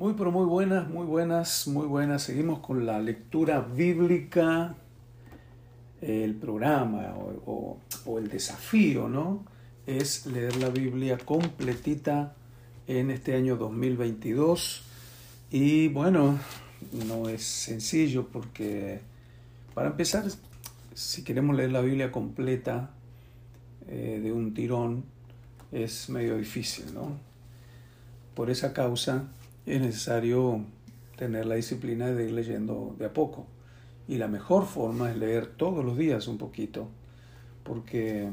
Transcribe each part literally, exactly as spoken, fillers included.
Muy, pero muy buenas, muy buenas, muy buenas. Seguimos con la lectura bíblica, el programa o, o, o el desafío, ¿no? Es leer la Biblia completita en este año dos mil veintidós. Y bueno, no es sencillo porque, para empezar, si queremos leer la Biblia completa eh, de un tirón, es medio difícil, ¿no? Por esa causa es necesario tener la disciplina de ir leyendo de a poco. Y la mejor forma es leer todos los días un poquito, porque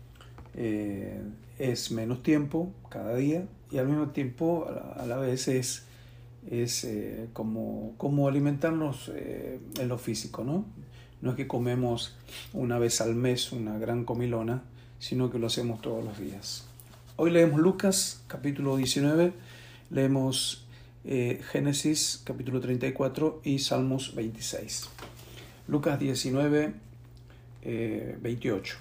eh, es menos tiempo cada día y al mismo tiempo a la, a la vez es, es eh, como, como alimentarnos eh, en lo físico, ¿no? No es que comemos una vez al mes una gran comilona, sino que lo hacemos todos los días. Hoy leemos Lucas capítulo diecinueve, leemos eh, Génesis capítulo treinta y cuatro y Salmos veintiséis. Lucas diecinueve, eh, veintiocho.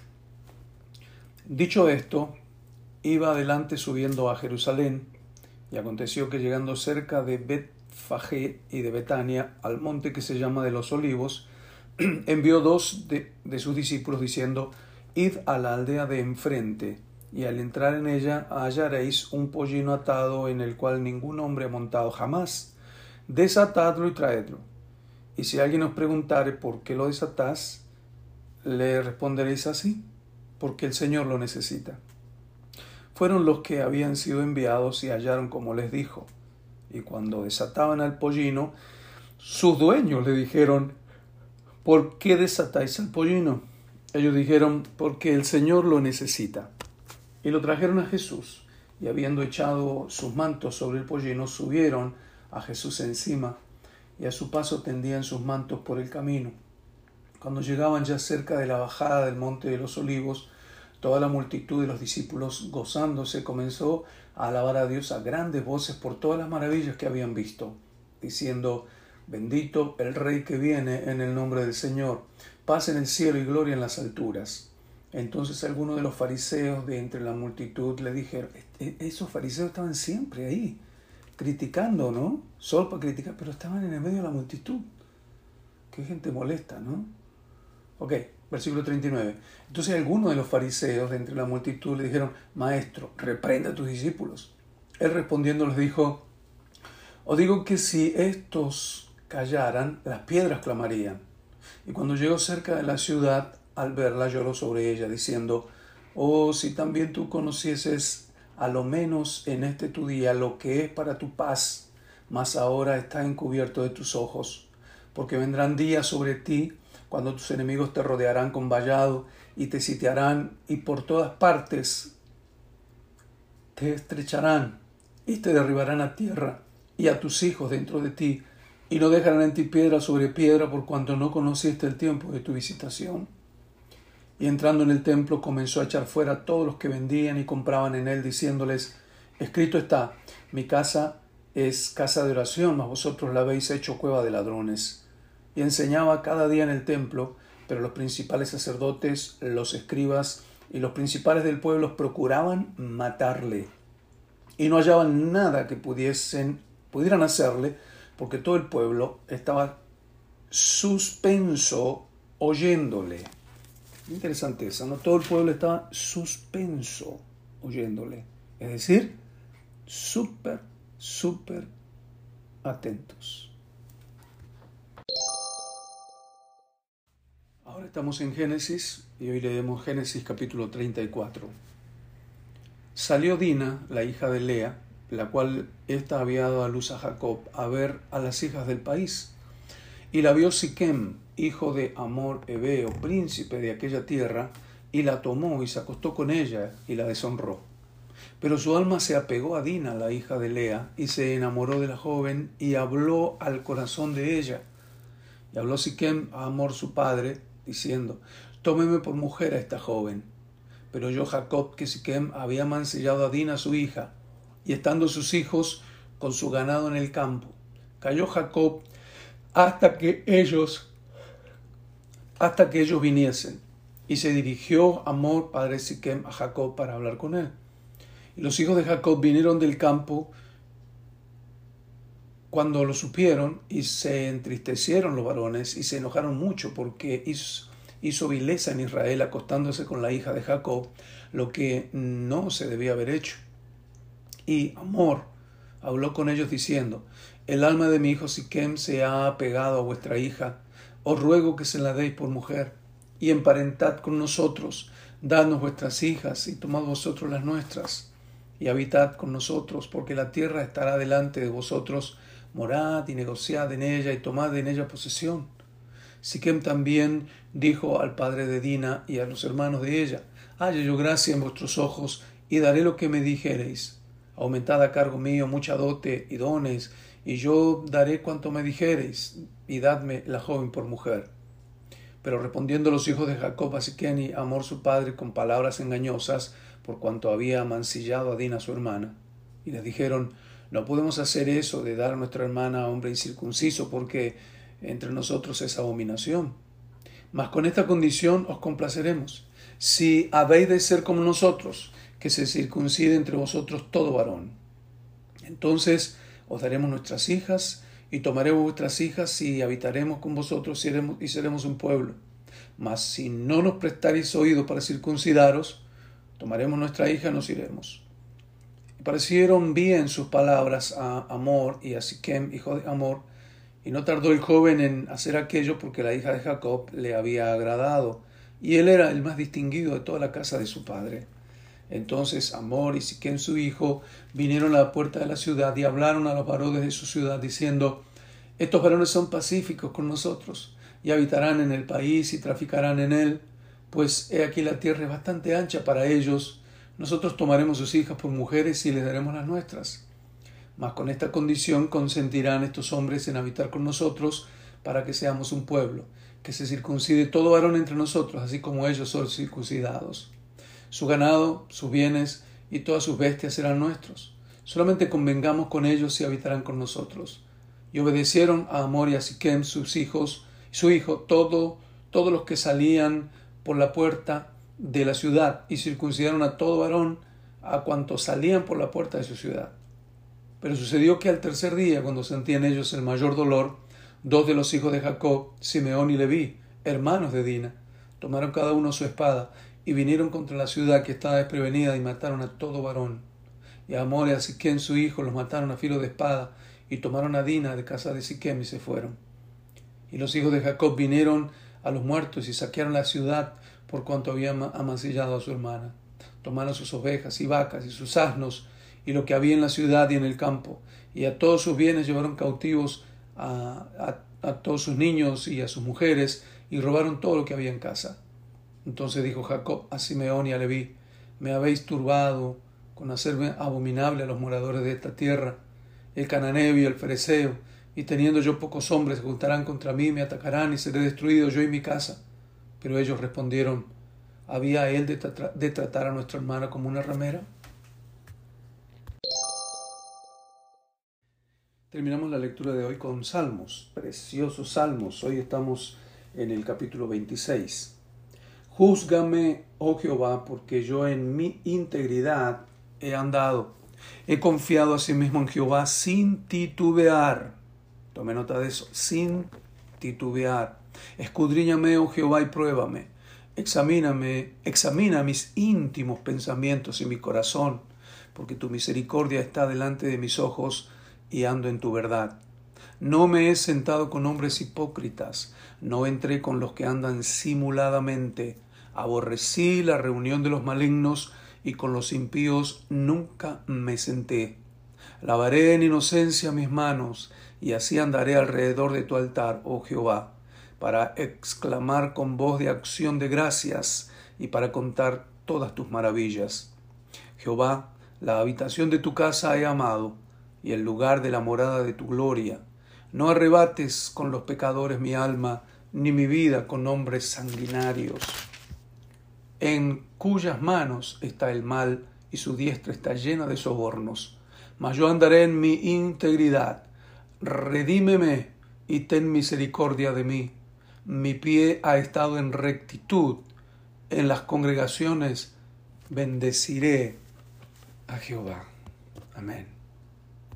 Dicho esto, iba adelante subiendo a Jerusalén, y aconteció que llegando cerca de Betfagé y de Betania, al monte que se llama de los Olivos, envió dos de, de sus discípulos diciendo: Id a la aldea de enfrente, y al entrar en ella hallaréis un pollino atado en el cual ningún hombre ha montado jamás. Desatadlo y traedlo. Y si alguien os preguntare por qué lo desatás, le responderéis así: porque el Señor lo necesita. Fueron los que habían sido enviados y hallaron como les dijo. Y cuando desataban al pollino, sus dueños le dijeron: ¿por qué desatáis al pollino? Ellos dijeron: porque el Señor lo necesita. Y lo trajeron a Jesús, y habiendo echado sus mantos sobre el pollino, subieron a Jesús encima, y a su paso tendían sus mantos por el camino. Cuando llegaban ya cerca de la bajada del monte de los Olivos, toda la multitud de los discípulos, gozándose, comenzó a alabar a Dios a grandes voces por todas las maravillas que habían visto, diciendo: bendito el Rey que viene en el nombre del Señor, paz en el cielo y gloria en las alturas. Entonces algunos de los fariseos de entre la multitud le dijeron: esos fariseos estaban siempre ahí, criticando, ¿no? Solo para criticar, pero estaban en el medio de la multitud. Qué gente molesta, ¿no? Ok, versículo treinta y nueve. Entonces algunos de los fariseos de entre la multitud le dijeron: Maestro, reprenda a tus discípulos. Él respondiendo les dijo: os digo que si estos callaran, las piedras clamarían. Y cuando llegó cerca de la ciudad, al verla lloró sobre ella, diciendo: oh, si también tú conocieses a lo menos en este tu día lo que es para tu paz, mas ahora está encubierto de tus ojos, porque vendrán días sobre ti cuando tus enemigos te rodearán con vallado y te sitiarán, y por todas partes te estrecharán y te derribarán a tierra y a tus hijos dentro de ti, y no dejarán en ti piedra sobre piedra, por cuanto no conociste el tiempo de tu visitación. Y entrando en el templo comenzó a echar fuera a todos los que vendían y compraban en él, diciéndoles: escrito está, mi casa es casa de oración, mas vosotros la habéis hecho cueva de ladrones. Y enseñaba cada día en el templo, pero los principales sacerdotes, los escribas y los principales del pueblo procuraban matarle. Y no hallaban nada que pudiesen, pudieran hacerle, porque todo el pueblo estaba suspenso oyéndole. Interesante eso, ¿no? Todo el pueblo estaba suspenso oyéndole. Es decir, súper, súper atentos. Ahora estamos en Génesis y hoy leemos Génesis capítulo treinta y cuatro. Salió Dina, la hija de Lea, la cual ésta había dado a luz a Jacob, a ver a las hijas del país. Y la vio Siquem, hijo de Hamor Hebeo, príncipe de aquella tierra, y la tomó y se acostó con ella y la deshonró. Pero su alma se apegó a Dina, la hija de Lea, y se enamoró de la joven y habló al corazón de ella. Y habló Siquem a Hamor su padre, diciendo: tómeme por mujer a esta joven. Pero oyó Jacob que Siquem había mancillado a Dina su hija, y estando sus hijos con su ganado en el campo, cayó Jacob hasta que ellos hasta que ellos viniesen, y se dirigió Hamor, padre de Siquem, a Jacob para hablar con él. Y los hijos de Jacob vinieron del campo Cuando lo supieron, y se entristecieron los varones y se enojaron mucho porque hizo, hizo vileza en Israel acostándose con la hija de Jacob, lo que no se debía haber hecho. Y Hamor habló con ellos diciendo: el alma de mi hijo Siquem se ha apegado a vuestra hija, os ruego que se la deis por mujer, y emparentad con nosotros, dadnos vuestras hijas, y tomad vosotros las nuestras, y habitad con nosotros, porque la tierra estará delante de vosotros, morad y negociad en ella, y tomad en ella posesión. Siquem también dijo al padre de Dina y a los hermanos de ella: halle yo gracia en vuestros ojos, y daré lo que me dijereis. Aumentad a cargo mío mucha dote y dones, y yo daré cuanto me dijereis, y dadme la joven por mujer. Pero respondiendo los hijos de Jacob a Siquem y a Hamor su padre con palabras engañosas, por cuanto había mancillado a Dina su hermana, y les dijeron: no podemos hacer eso de dar a nuestra hermana a hombre incircunciso, porque entre nosotros es abominación. Mas con esta condición os complaceremos: si habéis de ser como nosotros, que se circuncide entre vosotros todo varón. Entonces os daremos nuestras hijas, y tomaremos vuestras hijas, y habitaremos con vosotros, y seremos, y seremos un pueblo. Mas si no nos prestaréis oído para circuncidaros, tomaremos nuestra hija y nos iremos. Y parecieron bien sus palabras a Hamor y a Siquem, hijo de Hamor, y no tardó el joven en hacer aquello, porque la hija de Jacob le había agradado, y él era el más distinguido de toda la casa de su padre. Entonces Hamor y Siquem su hijo vinieron a la puerta de la ciudad y hablaron a los varones de su ciudad, diciendo: estos varones son pacíficos con nosotros, y habitarán en el país y traficarán en él, pues he aquí la tierra es bastante ancha para ellos. Nosotros tomaremos sus hijas por mujeres y les daremos las nuestras. Mas con esta condición consentirán estos hombres en habitar con nosotros, para que seamos un pueblo, que se circuncide todo varón entre nosotros, así como ellos son circuncidados. Su ganado, sus bienes y todas sus bestias serán nuestros. Solamente convengamos con ellos y habitarán con nosotros. Y obedecieron a Hamor y a Siquem, sus hijos, su hijo, todo, todos los que salían por la puerta de la ciudad, y circuncidaron a todo varón, a cuantos salían por la puerta de su ciudad. Pero sucedió que al tercer día, cuando sentían ellos el mayor dolor, dos de los hijos de Jacob, Simeón y Leví, hermanos de Dina, tomaron cada uno su espada, y vinieron contra la ciudad que estaba desprevenida, y mataron a todo varón. Y a Hamor y a Siquem su hijo los mataron a filo de espada, y tomaron a Dina de casa de Siquem y se fueron. Y los hijos de Jacob vinieron a los muertos y saquearon la ciudad, por cuanto había amancillado a su hermana. Tomaron sus ovejas y vacas y sus asnos, y lo que había en la ciudad y en el campo, y a todos sus bienes llevaron cautivos a, a, a todos sus niños y a sus mujeres, y robaron todo lo que había en casa. Entonces dijo Jacob a Simeón y a Leví: me habéis turbado con hacerme abominable a los moradores de esta tierra. El cananeo y el fereceo, y teniendo yo pocos hombres, se juntarán contra mí, me atacarán, y seré destruido yo y mi casa. Pero ellos respondieron: ¿había él de, tra- de tratar a nuestra hermana como una ramera? Terminamos la lectura de hoy con salmos, preciosos salmos. Hoy estamos en el capítulo veintiséis. Júzgame, oh Jehová, porque yo en mi integridad he andado. He confiado asimismo en Jehová sin titubear. Tome nota de eso, sin titubear. Escudriñame, oh Jehová, y pruébame. Examíname, examina mis íntimos pensamientos y mi corazón, porque tu misericordia está delante de mis ojos y ando en tu verdad. No me he sentado con hombres hipócritas, no entré con los que andan simuladamente. Aborrecí la reunión de los malignos, y con los impíos nunca me senté. Lavaré en inocencia mis manos, y así andaré alrededor de tu altar, oh Jehová, para exclamar con voz de acción de gracias y para contar todas tus maravillas. Jehová, la habitación de tu casa he amado, y el lugar de la morada de tu gloria. No arrebates con los pecadores mi alma, ni mi vida con hombres sanguinarios, en cuyas manos está el mal, y su diestra está llena de sobornos. Mas yo andaré en mi integridad. Redímeme y ten misericordia de mí. Mi pie ha estado en rectitud. En las congregaciones bendeciré a Jehová. Amén.